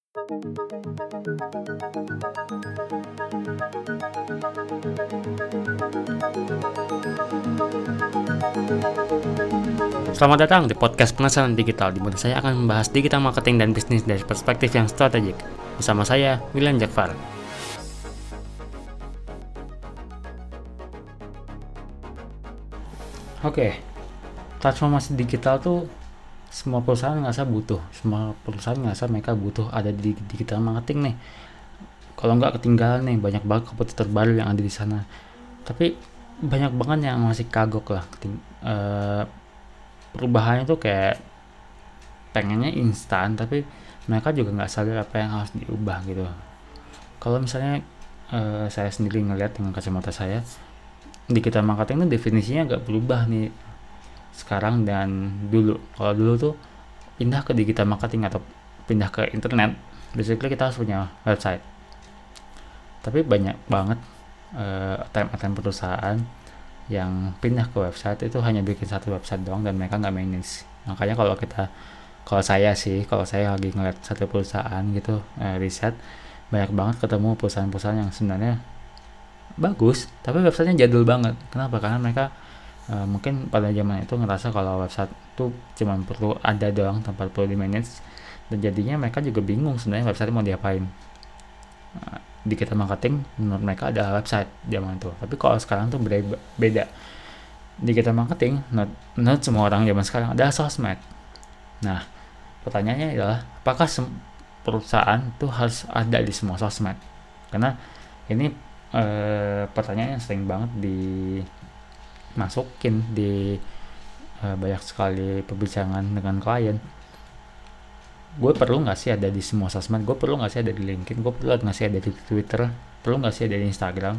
Selamat datang di podcast Pengenalan Digital, di mana saya akan membahas digital marketing dan bisnis dari perspektif yang strategik. Bersama saya, William Jakfar. Oke, transformasi digital tuh semua perusahaan ngerasa butuh. Semua perusahaan ngerasa mereka butuh ada di digital marketing nih. Kalau nggak ketinggalan nih, banyak banget kompetitor baru yang ada di sana. Tapi banyak banget yang masih kagok lah. Perubahannya tuh kayak pengennya instan, tapi mereka juga nggak sadar apa yang harus diubah gitu. Kalau misalnya saya sendiri ngelihat dengan kacamata saya, digital marketing itu definisinya agak berubah nih sekarang dan dulu. Kalau dulu tuh pindah ke digital marketing atau pindah ke internet, basically kita harus punya website. Tapi banyak banget attempt perusahaan yang pindah ke website itu hanya bikin satu website doang dan mereka nggak manage. Makanya kalau saya lagi ngeliat satu perusahaan gitu, riset, banyak banget ketemu perusahaan-perusahaan yang sebenarnya bagus tapi websitenya jadul banget. Kenapa? Karena mereka mungkin pada zaman itu ngerasa kalau website tuh cuma perlu ada doang tanpa perlu di manage, dan jadinya mereka juga bingung sebenarnya website mau diapain. Digital marketing menurut mereka adalah website zaman itu, tapi kalau sekarang tuh beda. Digital marketing menurut semua orang zaman sekarang adalah sosmed. Nah, pertanyaannya adalah apakah perusahaan tuh harus ada di semua sosmed? Karena ini pertanyaan yang sering banget dimasukin di banyak sekali perbincangan dengan klien. Gue perlu nggak sih ada di semua sosmed? Gue perlu nggak sih ada di LinkedIn? Gue perlu nggak sih ada di Twitter? Perlu nggak sih ada di Instagram?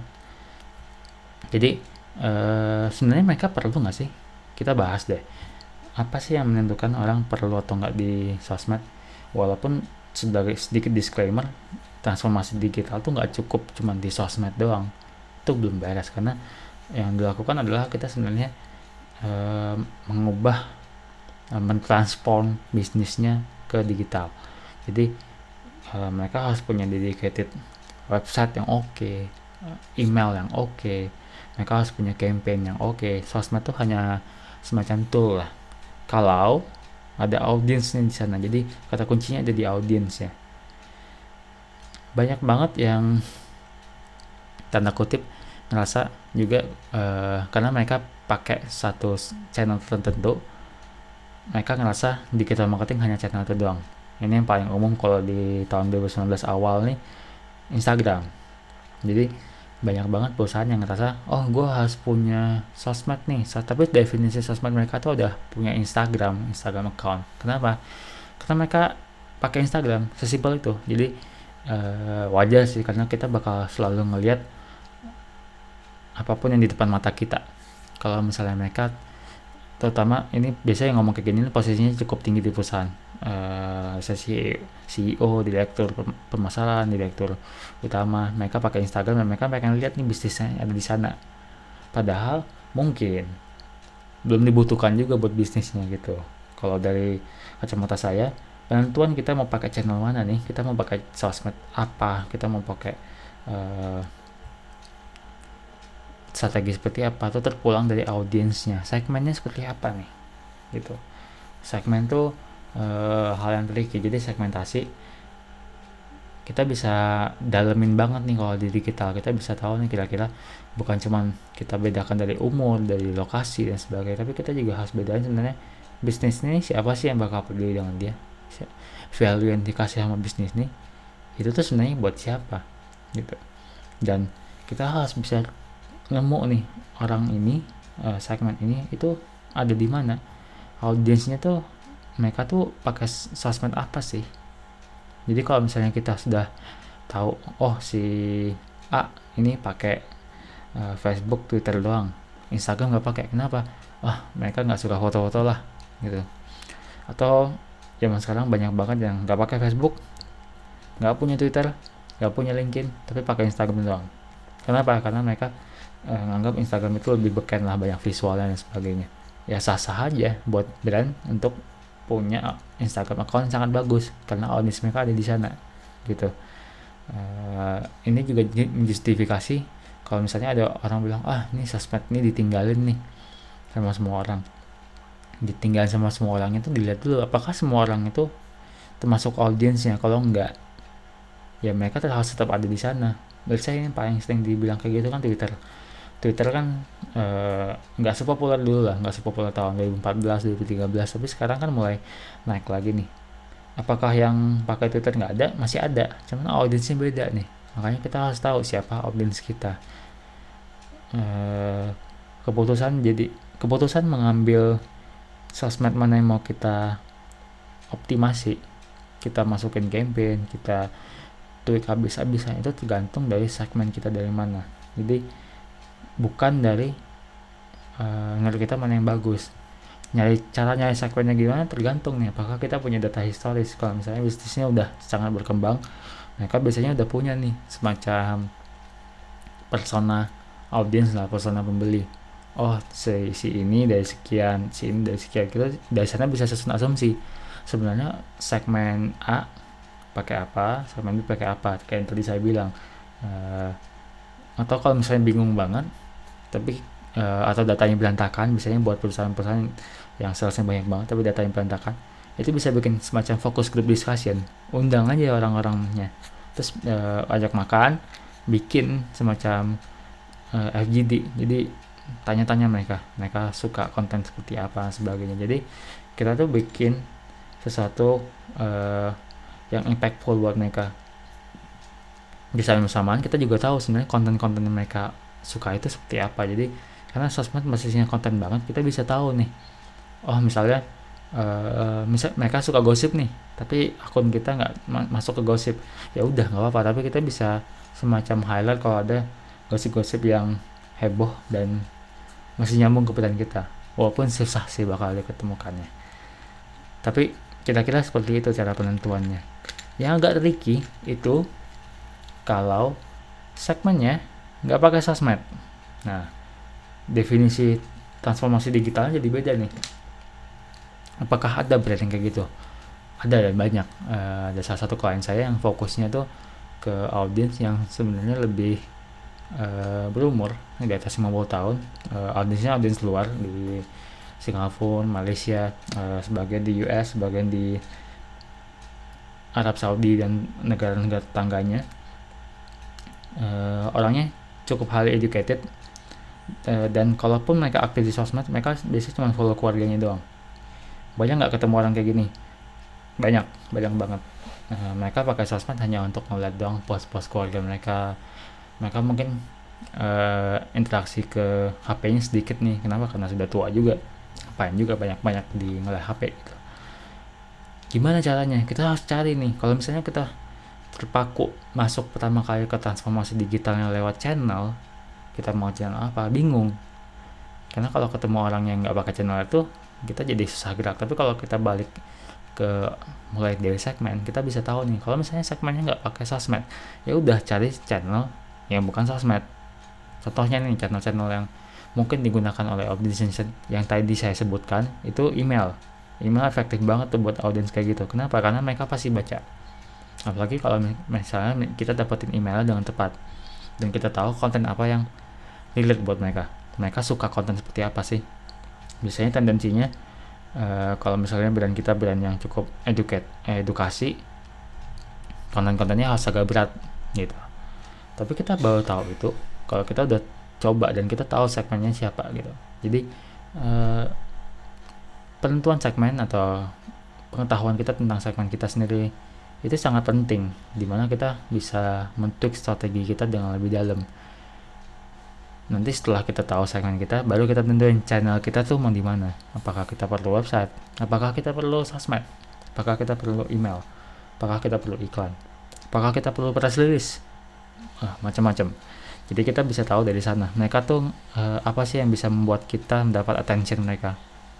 Jadi sebenarnya mereka perlu nggak sih? Kita bahas deh. Apa sih yang menentukan orang perlu atau nggak di sosmed? Walaupun sebagai sedikit disclaimer, transformasi digital tuh nggak cukup cuma di sosmed doang. Itu belum beres, karena yang dilakukan adalah kita sebenarnya mengubah, mentransform bisnisnya ke digital. Jadi mereka harus punya dedicated website yang oke, email yang oke, mereka harus punya campaign yang oke. Sosmed tuh hanya semacam tool lah kalau ada audiensnya di sana. Jadi kata kuncinya ada di audiens ya. Banyak banget yang tanda kutip ngerasa juga karena mereka pakai satu channel tertentu, mereka ngerasa digital marketing hanya channel itu doang. Ini yang paling umum kalau di tahun 2019 awal nih, Instagram. Jadi banyak banget perusahaan yang ngerasa, oh gue harus punya sosmed nih, tapi definisi sosmed mereka tuh udah punya Instagram account. Kenapa? Karena mereka pakai Instagram, sesimpel itu. Jadi wajar sih, karena kita bakal selalu ngelihat apapun yang di depan mata kita. Kalau misalnya mereka, terutama ini biasanya yang ngomong kayak gini posisinya cukup tinggi di perusahaan, CEO, direktur pemasaran, direktur utama, mereka pakai Instagram dan mereka pengen lihat nih bisnisnya ada di sana. Padahal mungkin belum dibutuhkan juga buat bisnisnya gitu. Kalau dari kacamata saya, penentuan kita mau pakai channel mana nih, kita mau pakai sosmed apa, kita mau pakai strategi seperti apa, itu terpulang dari audiensnya, segmennya seperti apa nih gitu. Segmen tuh hal yang tricky. Jadi segmentasi kita bisa dalemin banget nih. Kalau di digital kita bisa tahu nih kira-kira, bukan cuman kita bedakan dari umur, dari lokasi dan sebagainya, tapi kita juga harus bedain sebenarnya bisnis ini siapa sih yang bakal peduli dengan dia, value yang dikasih sama bisnis nih itu tuh sebenarnya buat siapa gitu. Dan kita harus bisa nemu nih orang ini, segmen ini itu ada di mana, audiensnya tuh mereka tuh pakai sosmed apa sih. Jadi kalau misalnya kita sudah tahu, oh si A ini pakai Facebook, Twitter doang, Instagram nggak pakai, kenapa? Mereka nggak suka foto-foto lah gitu. Atau zaman sekarang banyak banget yang nggak pakai Facebook, nggak punya Twitter, nggak punya LinkedIn, tapi pakai Instagram doang. Kenapa? Karena mereka nganggap Instagram itu lebih beken lah, banyak visualnya dan sebagainya. Ya sah-sah aja buat brand untuk punya Instagram account sangat bagus karena audiens mereka ada di sana. gitu. Ini juga menjustifikasi kalau misalnya ada orang bilang, ini sosmed ini ditinggalin nih sama semua orang. Ditinggalin sama semua orang itu dilihat dulu apakah semua orang itu termasuk audiensnya. Kalau enggak, ya mereka harus tetap ada di sana. Biasanya yang paling sering dibilang kayak gitu kan Twitter kan nggak sepopuler dulu lah, nggak sepopuler tahun 2014, 2013, tapi sekarang kan mulai naik lagi nih. Apakah yang pakai Twitter nggak ada? Masih ada, cuman audiensnya beda nih. Makanya kita harus tahu siapa audiens kita. Keputusan mengambil sosmed mana yang mau kita optimasi, kita masukin campaign, kita tweak habis-habisan, itu tergantung dari segmen kita dari mana. Jadi bukan dari nyari kita mana yang bagus. Cara nyari segmennya gimana tergantung nih apakah kita punya data historis. Kalau misalnya bisnisnya udah sangat berkembang, mereka biasanya udah punya nih semacam persona audiens lah, persona pembeli. Si ini dari sekian, si ini dari sekian. Kita dari sana bisa susun asumsi sebenarnya segmen A pakai apa, segmen B pakai apa, kayak yang tadi saya bilang. Atau kalau misalnya bingung banget tapi atau datanya berantakan, misalnya buat perusahaan-perusahaan yang salesnya banyak banget tapi datanya berantakan, itu bisa bikin semacam focus group discussion, undang aja orang-orangnya, terus ajak makan, bikin semacam FGD, jadi tanya-tanya mereka suka konten seperti apa sebagainya. Jadi kita tuh bikin sesuatu yang impactful buat mereka. Di saat bersamaan kita juga tahu sebenarnya konten-konten yang mereka suka itu seperti apa. Jadi karena sosmed basisnya konten banget, kita bisa tahu nih, misalnya mereka suka gosip nih, tapi akun kita nggak masuk ke gosip, ya udah nggak apa-apa, tapi kita bisa semacam highlight kalau ada gosip-gosip yang heboh dan masih nyambung ke peran kita, walaupun susah sih bakal diketemukannya. Tapi kira-kira seperti itu cara penentuannya. Yang agak tricky itu kalau segmennya nggak pakai sosmed. Nah, definisi transformasi digitalnya jadi beda nih. Apakah ada brand yang kayak gitu? Ada dan banyak. Ada salah satu klien saya yang fokusnya tuh ke audiens yang sebenarnya lebih berumur, di atas 50 tahun. Audiensnya audiens luar di Singapura, Malaysia, sebagian di US, sebagian di Arab Saudi dan negara-negara tetangganya. Orangnya cukup highly educated, dan kalaupun mereka aktif di sosmed, mereka biasanya cuma follow keluarganya doang. Banyak nggak ketemu orang kayak gini? Banyak banget. Mereka pakai sosmed hanya untuk ngeliat doang post-post keluarga mereka. Mereka mungkin interaksi ke HP-nya sedikit nih. Kenapa? Karena sudah tua juga. Apain juga banyak-banyak di ngeliat HP gitu. Gimana caranya? Kita harus cari nih. Kalau misalnya kita terpaku masuk pertama kali ke transformasi digitalnya lewat channel, kita mau channel apa? Bingung. Karena kalau ketemu orang yang nggak pakai channel itu, kita jadi susah gerak. Tapi kalau kita balik ke mulai dari segmen, kita bisa tahu nih. Kalau misalnya segmennya nggak pakai sosmed, ya udah cari channel yang bukan sosmed. Contohnya nih channel-channel yang mungkin digunakan oleh audiens yang tadi saya sebutkan, itu email efektif banget tuh buat audiens kayak gitu. Kenapa? Karena mereka pasti baca. Apalagi kalau misalnya kita dapetin emailnya dengan tepat dan kita tahu konten apa yang relate buat mereka suka konten seperti apa sih. Biasanya tendensinya kalau misalnya brand kita brand yang cukup edukasi, konten-kontennya harus agak berat gitu. Tapi kita baru tahu itu kalau kita udah coba dan kita tahu segmennya siapa gitu. Jadi penentuan segmen atau pengetahuan kita tentang segmen kita sendiri itu sangat penting, dimana kita bisa men-tweak strategi kita dengan lebih dalam. Nanti setelah kita tahu segmen kita, baru kita tentuin channel kita tuh mau di mana. Apakah kita perlu website? Apakah kita perlu sosmed? Apakah kita perlu email? Apakah kita perlu iklan? Apakah kita perlu press release? Macam-macam. Jadi kita bisa tahu dari sana. Mereka tuh apa sih yang bisa membuat kita mendapat attention mereka.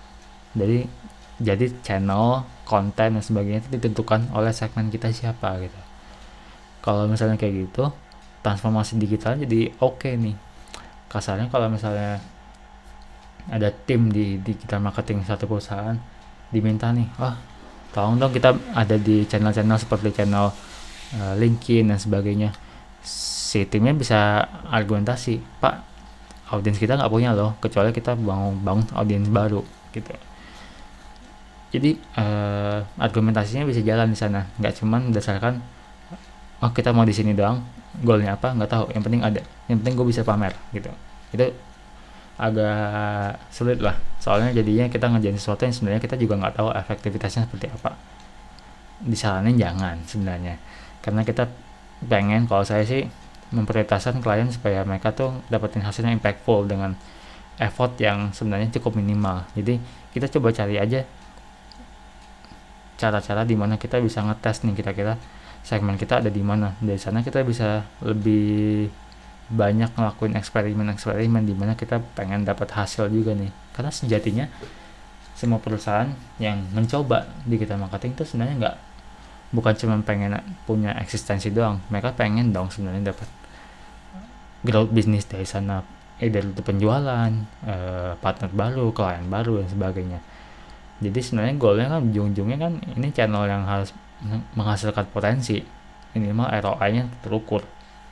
Jadi channel, konten dan sebagainya itu ditentukan oleh segmen kita siapa gitu. Kalau misalnya kayak gitu, transformasi digital jadi oke nih. Kasarnya kalau misalnya ada tim di digital marketing satu perusahaan diminta nih, tolong dong kita ada di channel-channel seperti channel LinkedIn dan sebagainya. Si timnya bisa argumentasi, Pak, audiens kita nggak punya loh, kecuali kita bangun audiens baru gitu. Jadi argumentasinya bisa jalan di sana, nggak cuman berdasarkan oh kita mau di sini doang, goalnya apa nggak tahu, yang penting ada, yang penting gue bisa pamer gitu. Itu agak sulit lah, soalnya jadinya kita ngerjain sesuatu yang sebenarnya kita juga nggak tahu efektivitasnya seperti apa. Disaranin jangan sebenarnya, karena kita pengen, kalau saya sih memprioritaskan klien supaya mereka tuh dapetin hasilnya impactful dengan effort yang sebenarnya cukup minimal. Jadi kita coba cari aja cara-cara di mana kita bisa ngetes nih kira-kira segmen kita ada di mana. Dari sana kita bisa lebih banyak ngelakuin eksperimen di mana kita pengen dapat hasil juga nih. Karena sejatinya semua perusahaan yang mencoba digital marketing itu sebenarnya bukan cuma pengen punya eksistensi doang, mereka pengen dong sebenarnya dapat growth bisnis dari sana, dari penjualan, partner baru, klien baru dan sebagainya. Jadi sebenarnya goalnya kan ujung-ujungnya kan ini channel yang harus menghasilkan potensi, minimal ROI-nya terukur.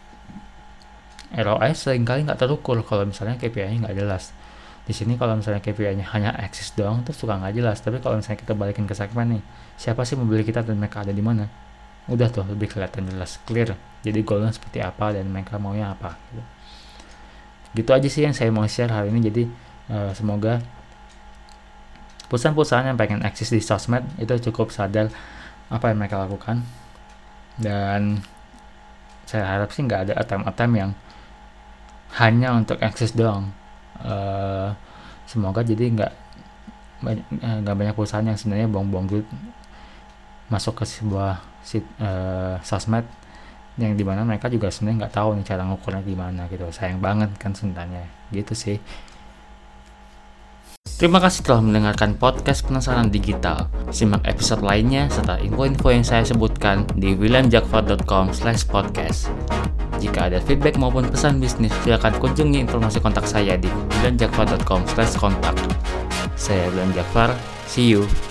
ROI seringkali nggak terukur kalau misalnya KPI-nya nggak jelas. Di sini kalau misalnya KPI-nya hanya eksis doang tuh suka nggak jelas. Tapi kalau misalnya kita balikin ke segmen nih, siapa sih membeli kita dan mereka ada di mana, udah tuh lebih kelihatan jelas, clear. Jadi goalnya seperti apa dan mereka maunya apa gitu aja sih yang saya mau share hari ini. Jadi semoga perusahaan-perusahaan yang pengen eksis di sosmed itu cukup sadar apa yang mereka lakukan, dan saya harap sih nggak ada attempt yang hanya untuk eksis doang. Semoga jadi nggak banyak perusahaan yang sebenarnya buang-buang duit masuk ke sebuah sosmed yang dimana mereka juga sebenarnya nggak tahu nih cara ngukurnya gimana gitu. Sayang banget kan sebenarnya gitu sih. Terima kasih telah mendengarkan podcast Penasaran Digital. Simak episode lainnya serta info-info yang saya sebutkan di williamjakfar.com/podcast. Jika ada feedback maupun pesan bisnis, silakan kunjungi informasi kontak saya di williamjakfar.com/kontak. Saya William Jakfar, see you.